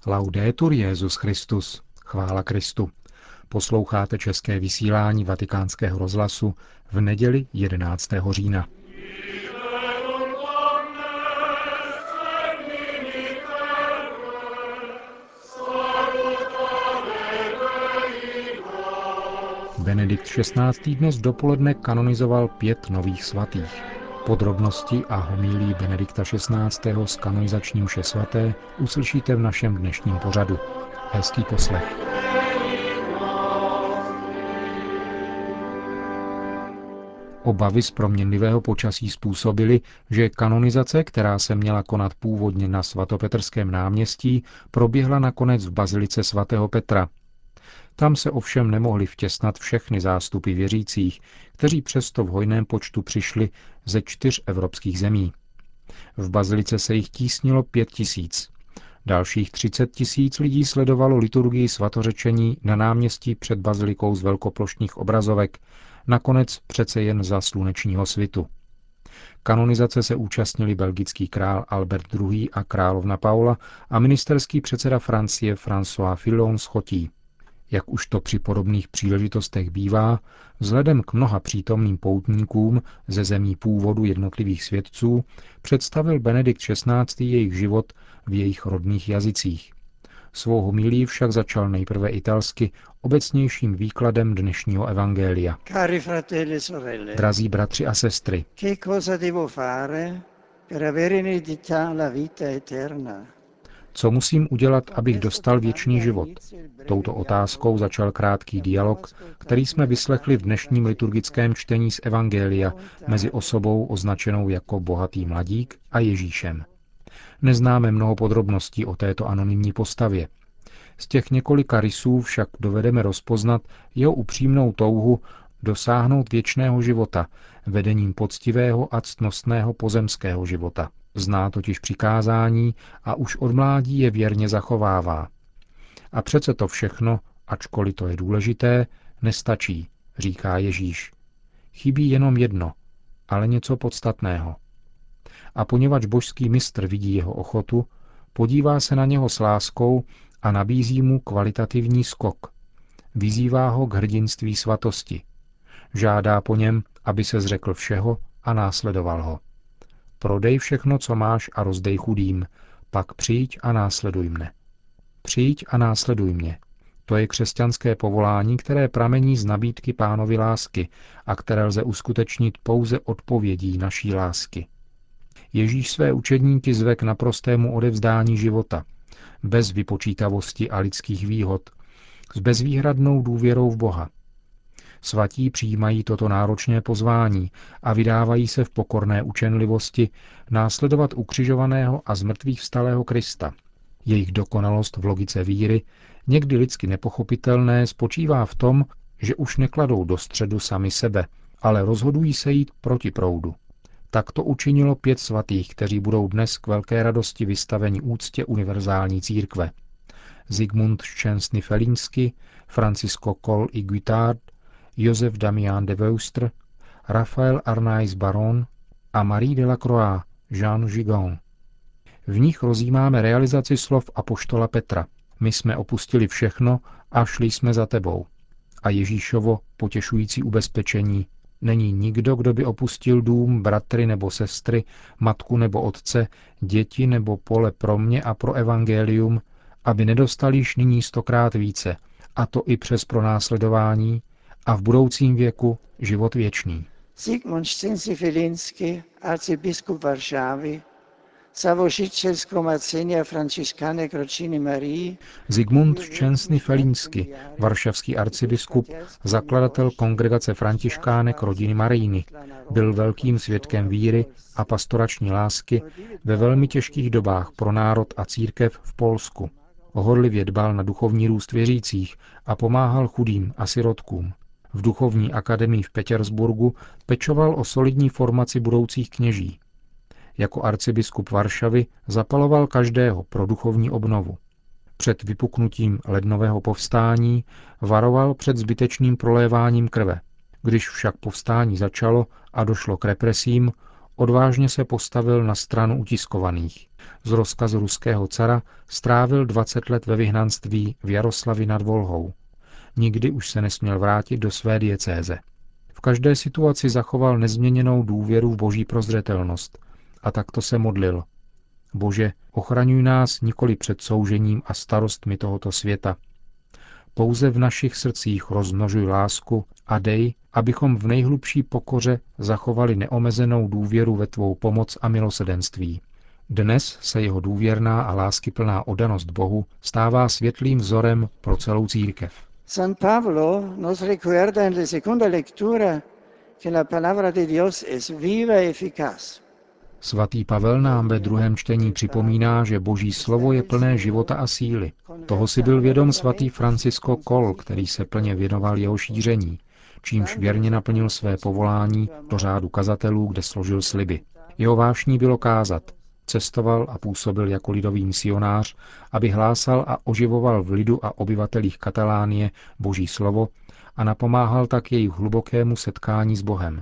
Laudetur Jesus Christus. Chvála Kristu. Posloucháte české vysílání Vatikánského rozhlasu v neděli 11. října. Benedikt XVI. Dnes dopoledne kanonizoval 5 nových svatých. Podrobnosti a homílii Benedikta XVI. Z kanonizační mše svaté uslyšíte v našem dnešním pořadu. Hezký poslech. Obavy z proměnlivého počasí způsobily, že kanonizace, která se měla konat původně na svatopetrském náměstí, proběhla nakonec v bazilice svatého Petra. Tam se ovšem nemohli vtěsnat všechny zástupy věřících, kteří přesto v hojném počtu přišli ze 4 evropských zemí. V bazilice se jich tísnilo 5 000. Dalších 30 000 lidí sledovalo liturgii svatořečení na náměstí před bazilikou z velkoplošných obrazovek, nakonec přece jen za slunečního svitu. Kanonizace se účastnili belgický král Albert II. A královna Paula a ministerský předseda Francie François Fillon z Chotí. Jak už to při podobných příležitostech bývá, vzhledem k mnoha přítomným poutníkům ze zemí původu jednotlivých svědců představil Benedikt XVI. Jejich život v jejich rodných jazycích. Svou homilii však začal nejprve italsky obecnějším výkladem dnešního evangelia. Cari fratelli e sorelle, Drazí bratři a sestry, che cosa devo fare per avere in eredità la vita eterna? co musím udělat, abych dostal věčný život? Touto otázkou začal krátký dialog, který jsme vyslechli v dnešním liturgickém čtení z Evangelia mezi osobou označenou jako bohatý mladík a Ježíšem. Neznáme mnoho podrobností o této anonymní postavě. Z těch několika rysů však dovedeme rozpoznat jeho upřímnou touhu dosáhnout věčného života vedením poctivého a ctnostného pozemského života. Zná totiž přikázání a už od mládí je věrně zachovává. A přece to všechno, ačkoliv to je důležité, nestačí, říká Ježíš. Chybí jenom jedno, ale něco podstatného. A poněvadž božský mistr vidí jeho ochotu, podívá se na něho s láskou a nabízí mu kvalitativní skok. Vyzývá ho k hrdinství svatosti. Žádá po něm, aby se zřekl všeho a následoval ho. Prodej všechno, co máš, a rozdej chudým, pak přijď a následuj mne. Přijď a následuj mě. To je křesťanské povolání, které pramení z nabídky Pánovy lásky a které lze uskutečnit pouze odpovědí naší lásky. Ježíš své učedníky zve k naprostému odevzdání života, bez vypočítavosti a lidských výhod, s bezvýhradnou důvěrou v Boha. Svatí přijímají toto náročné pozvání a vydávají se v pokorné učenlivosti následovat ukřižovaného a zmrtvých vstalého Krista. Jejich dokonalost v logice víry, někdy lidsky nepochopitelné, spočívá v tom, že už nekladou do středu sami sebe, ale rozhodují se jít proti proudu. Tak to učinilo 5 svatých, kteří budou dnes k velké radosti vystaveni úctě univerzální církve. Zygmunt Szczęsny Feliński, Francisco Coll i Guittard, Josef Damian de Veuster, Raphael Arnaiz Baron a Marie de la Croix, Jean Gigon. V nich rozjímáme realizaci slov apoštola Petra. My jsme opustili všechno a šli jsme za tebou. A Ježíšovo potěšující ubezpečení: není nikdo, kdo by opustil dům, bratry nebo sestry, matku nebo otce, děti nebo pole pro mě a pro evangelium, aby nedostal již nyní 100krát více, a to i přes pronásledování, a v budoucím věku život věčný. Zygmunt Szczęsny Feliński, arcybiskup Warszawy, zawodniczy zgromadzenia Franciszkanek Rodziny Marii. Zygmunt Szczęsny Feliński, varšavský arcibiskup, zakladatel kongregace Františkánek Rodiny Marijny, byl velkým svědkem víry a pastorační lásky ve velmi těžkých dobách pro národ a církev v Polsku. Horlivě dbal na duchovní růst věřících a pomáhal chudým a sirotkům. V duchovní akademii v Petersburgu pečoval o solidní formaci budoucích kněží. Jako arcibiskup Varšavy zapaloval každého pro duchovní obnovu. Před vypuknutím lednového povstání varoval před zbytečným proléváním krve. Když však povstání začalo a došlo k represím, odvážně se postavil na stranu utiskovaných. Z rozkazu ruského cara strávil 20 let ve vyhnanství v Jaroslavi nad Volhou. Nikdy už se nesměl vrátit do své diecéze. V každé situaci zachoval nezměněnou důvěru v boží prozřetelnost a takto se modlil. Bože, ochraňuj nás nikoli před soužením a starostmi tohoto světa. Pouze v našich srdcích rozmnožuj lásku a dej, abychom v nejhlubší pokoře zachovali neomezenou důvěru ve tvou pomoc a milosrdenství. Dnes se jeho důvěrná a láskyplná oddanost Bohu stává světlým vzorem pro celou církev. San Pablo nos recuerda en la segunda lectura que la palabra de Dios es viva y eficaz. Svatý Pavel nám ve druhém čtení připomíná, že Boží slovo je plné života a síly. Toho si byl vědom svatý Francisco Kol, který se plně věnoval jeho šíření, čímž věrně naplnil své povolání do řádu kazatelů, kde složil sliby. Jeho vášní bylo kázat. Cestoval a působil jako lidový misionář, aby hlásal a oživoval v lidu a obyvatelích Katalánie Boží slovo a napomáhal tak jejich hlubokému setkání s Bohem.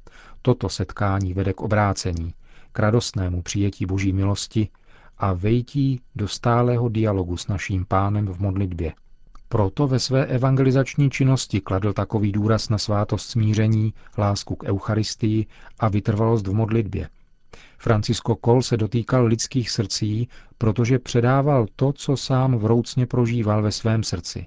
Toto setkání vede k obrácení, k radostnému přijetí Boží milosti a vejtí do stálého dialogu s naším Pánem v modlitbě. Proto ve své evangelizační činnosti kladl takový důraz na svátost smíření, lásku k Eucharistii a vytrvalost v modlitbě. Francisco Kol se dotýkal lidských srdcí, protože předával to, co sám vroucně prožíval ve svém srdci.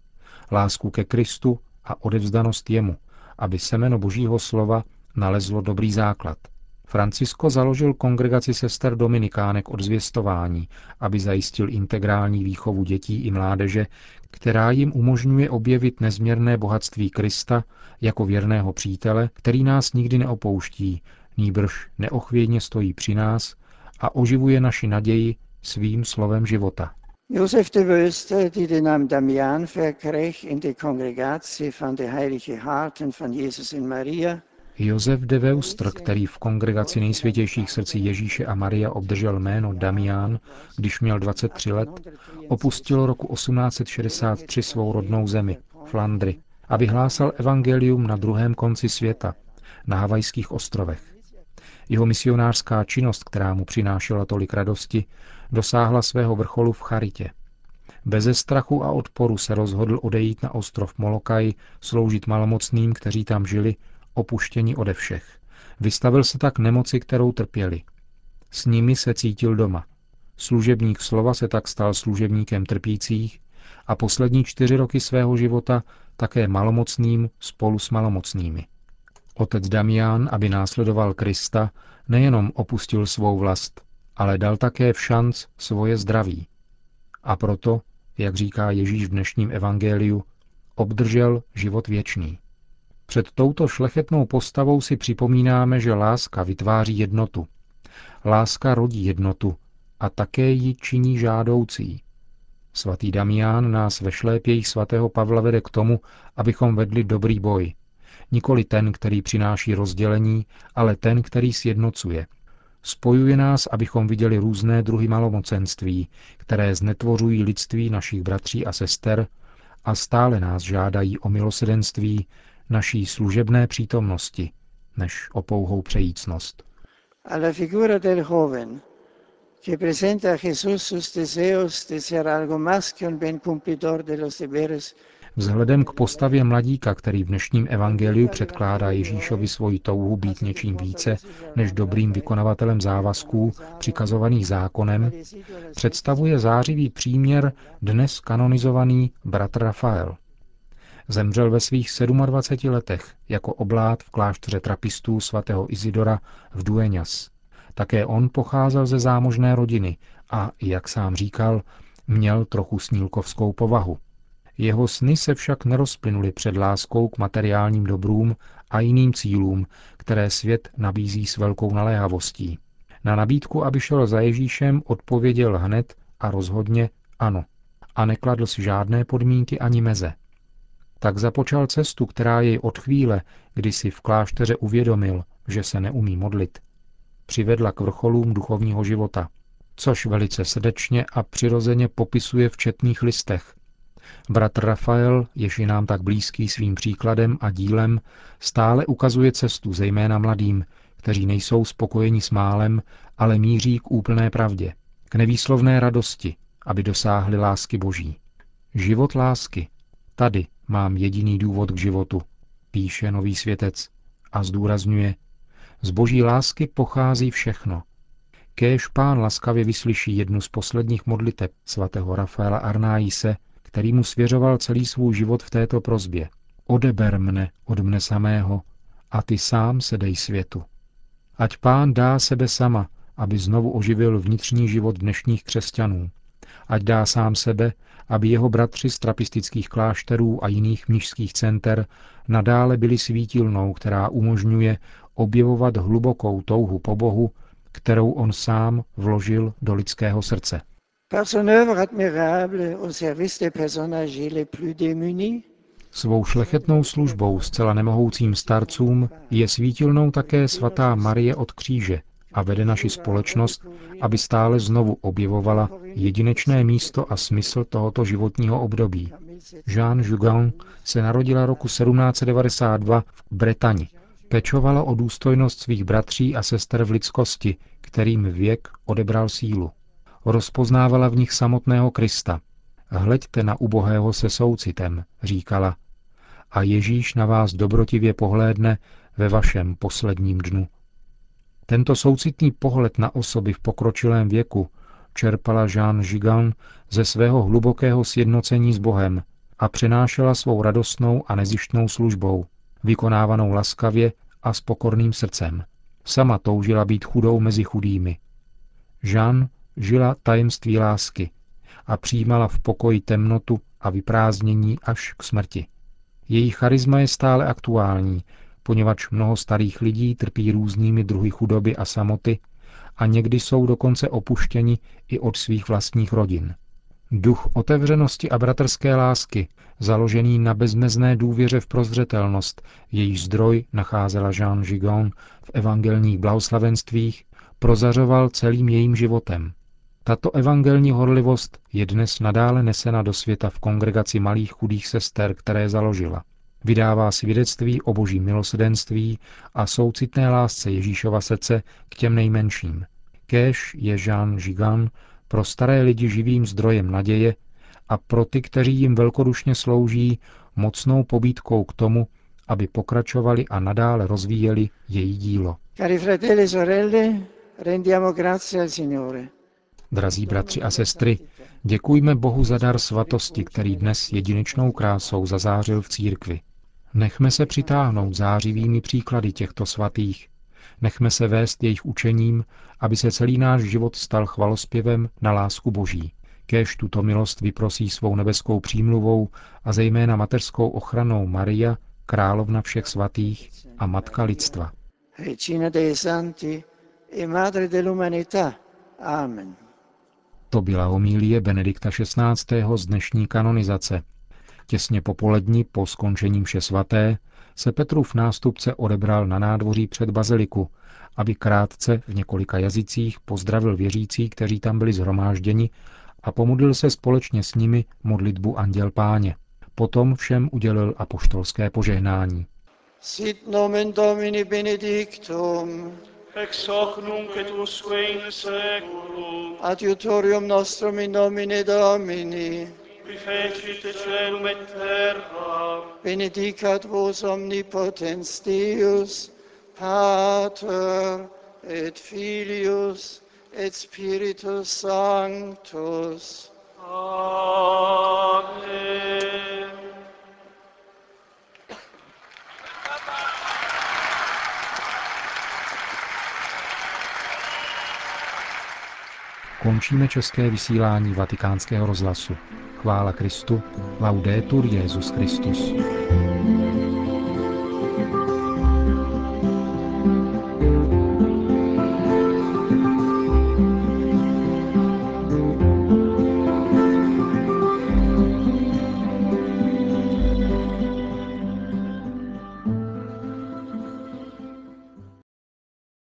Lásku ke Kristu a odevzdanost jemu, aby semeno Božího slova nalezlo dobrý základ. Francisco založil kongregaci sester dominikánek od zvěstování, aby zajistil integrální výchovu dětí i mládeže, která jim umožňuje objevit nezměrné bohatství Krista jako věrného přítele, který nás nikdy neopouští, nýbrž neochvějně stojí při nás a oživuje naši naději svým slovem života. Josef de Wöster, die den Namen Damian verkreeg in de congregatie van de heilige harten van Jezus en Maria. Josef de Weuster, který v kongregaci nejsvětějších srdcí Ježíše a Maria obdržel jméno Damián, když měl 23 let, opustil roku 1863 svou rodnou zemi, Flandry, aby hlásal evangelium na druhém konci světa, na Havajských ostrovech. Jeho misionářská činnost, která mu přinášela tolik radosti, dosáhla svého vrcholu v charitě. Beze strachu a odporu se rozhodl odejít na ostrov Molokaj, sloužit malomocným, kteří tam žili, opuštěni ode všech. Vystavil se tak nemoci, kterou trpěli. S nimi se cítil doma. Služebník slova se tak stal služebníkem trpících a poslední 4 roky svého života také malomocným spolu s malomocnými. Otec Damián, aby následoval Krista, nejenom opustil svou vlast, ale dal také všanc svoje zdraví. A proto, jak říká Ježíš v dnešním evangeliu, obdržel život věčný. Před touto šlechetnou postavou si připomínáme, že láska vytváří jednotu. Láska rodí jednotu a také ji činí žádoucí. Svatý Damián nás ve šlépějích svatého Pavla vede k tomu, abychom vedli dobrý boj. Nikoli ten, který přináší rozdělení, ale ten, který sjednocuje. Spojuje nás, abychom viděli různé druhy malomocenství, které znetvořují lidství našich bratří a sester a stále nás žádají o milosrdenství naší služebné přítomnosti, než o pouhou přejícnost. A la figura del joven, que presenta a Jesús sus deseos de ser algo más que un buen cumplidor de los deberes. Vzhledem k postavě mladíka, který v dnešním evangeliu předkládá Ježíšovi svoji touhu být něčím více než dobrým vykonavatelem závazků přikazovaných zákonem, představuje zářivý příměr dnes kanonizovaný bratr Rafael. Zemřel ve svých 27 letech jako oblát v klášteře trapistů svatého Izidora v Dueñas. Také on pocházel ze zámožné rodiny a, jak sám říkal, měl trochu snílkovskou povahu. Jeho sny se však nerozplynuly před láskou k materiálním dobrům a jiným cílům, které svět nabízí s velkou naléhavostí. Na nabídku, aby šel za Ježíšem, odpověděl hned a rozhodně ano a nekladl si žádné podmínky ani meze. Tak započal cestu, která jej od chvíle, kdy si v klášteře uvědomil, že se neumí modlit, přivedla k vrcholům duchovního života, což velice srdečně a přirozeně popisuje v četných listech. Bratr Rafael, jež je nám tak blízký svým příkladem a dílem, stále ukazuje cestu zejména mladým, kteří nejsou spokojeni s málem, ale míří k úplné pravdě, k nevýslovné radosti, aby dosáhli lásky Boží. Život lásky. Tady mám jediný důvod k životu, píše Nový světec a zdůrazňuje, z Boží lásky pochází všechno. Kéž Pán laskavě vyslyší jednu z posledních modliteb svatého Rafaela Arnaise, který mu svěřoval celý svůj život v této prosbě. Odeber mne od mne samého a ty sám se dej světu. Ať Pán dá sebe sama, aby znovu oživil vnitřní život dnešních křesťanů. Ať dá sám sebe, aby jeho bratři z trapistických klášterů a jiných mnišských center nadále byli svítilnou, která umožňuje objevovat hlubokou touhu po Bohu, kterou on sám vložil do lidského srdce. Svou šlechetnou službou zcela nemohoucím starcům je svítilnou také svatá Marie od kříže a vede naši společnost, aby stále znovu objevovala jedinečné místo a smysl tohoto životního období. Jeanne Jugan se narodila roku 1792 v Bretani. Pečovala o důstojnost svých bratří a sester v lidskosti, kterým věk odebral sílu. Rozpoznávala v nich samotného Krista. Hleďte na ubohého se soucitem, říkala, a Ježíš na vás dobrotivě pohlédne ve vašem posledním dnu. Tento soucitný pohled na osoby v pokročilém věku čerpala Jeanne Jugan ze svého hlubokého sjednocení s Bohem a přenášela svou radostnou a nezištnou službou, vykonávanou laskavě a s pokorným srdcem. Sama toužila být chudou mezi chudými. Jeanne žila tajemství lásky a přijímala v pokoji temnotu a vyprázdnění až k smrti. Její charisma je stále aktuální, poněvadž mnoho starých lidí trpí různými druhy chudoby a samoty a někdy jsou dokonce opuštěni i od svých vlastních rodin. Duch otevřenosti a bratrské lásky, založený na bezmezné důvěře v prozřetelnost, jejíž zdroj nacházela Jeanne Jugan v evangelních blahoslavenstvích, prozařoval celým jejím životem. Tato evangelní horlivost je dnes nadále nesena do světa v kongregaci malých chudých sester, které založila. Vydává svědectví o božím milosrdenství a soucitné lásce Ježíšova srdce k těm nejmenším. Kéž je Jeanne Jugan pro staré lidi živým zdrojem naděje a pro ty, kteří jim velkodušně slouží, mocnou pobídkou k tomu, aby pokračovali a nadále rozvíjeli její dílo. Cari fratelli e sorelle, rendiamo grazie al Signore. Drazí bratři a sestry, děkujme Bohu za dar svatosti, který dnes jedinečnou krásou zazářil v církvi. Nechme se přitáhnout zářivými příklady těchto svatých. Nechme se vést jejich učením, aby se celý náš život stal chvalospěvem na lásku Boží. Kéž tuto milost vyprosí svou nebeskou přímluvou a zejména mateřskou ochranou Maria, královna všech svatých a matka lidstva. Regina dei Santi e Madre dell'umanità. Amen. To byla homilie Benedikta XVI. Z dnešní kanonizace. Těsně popolední po skončení mše svaté se Petrův nástupce odebral na nádvoří před baziliku, aby krátce v několika jazycích pozdravil věřící, kteří tam byli shromážděni, a pomodlil se společně s nimi modlitbu Anděl Páně. Potom všem udělil apoštolské požehnání. Sit nomen Domini benedictum, ex hoc nunc et usque in seculum, adiutorium nostrum in nomine Domini, qui fecit caelum et terra, benedicat vos omnipotens Deus, Pater et Filius et Spiritus Sanctus. Amen. Končíme české vysílání Vatikánského rozhlasu. Chvála Kristu, laudetur Jesus Christus.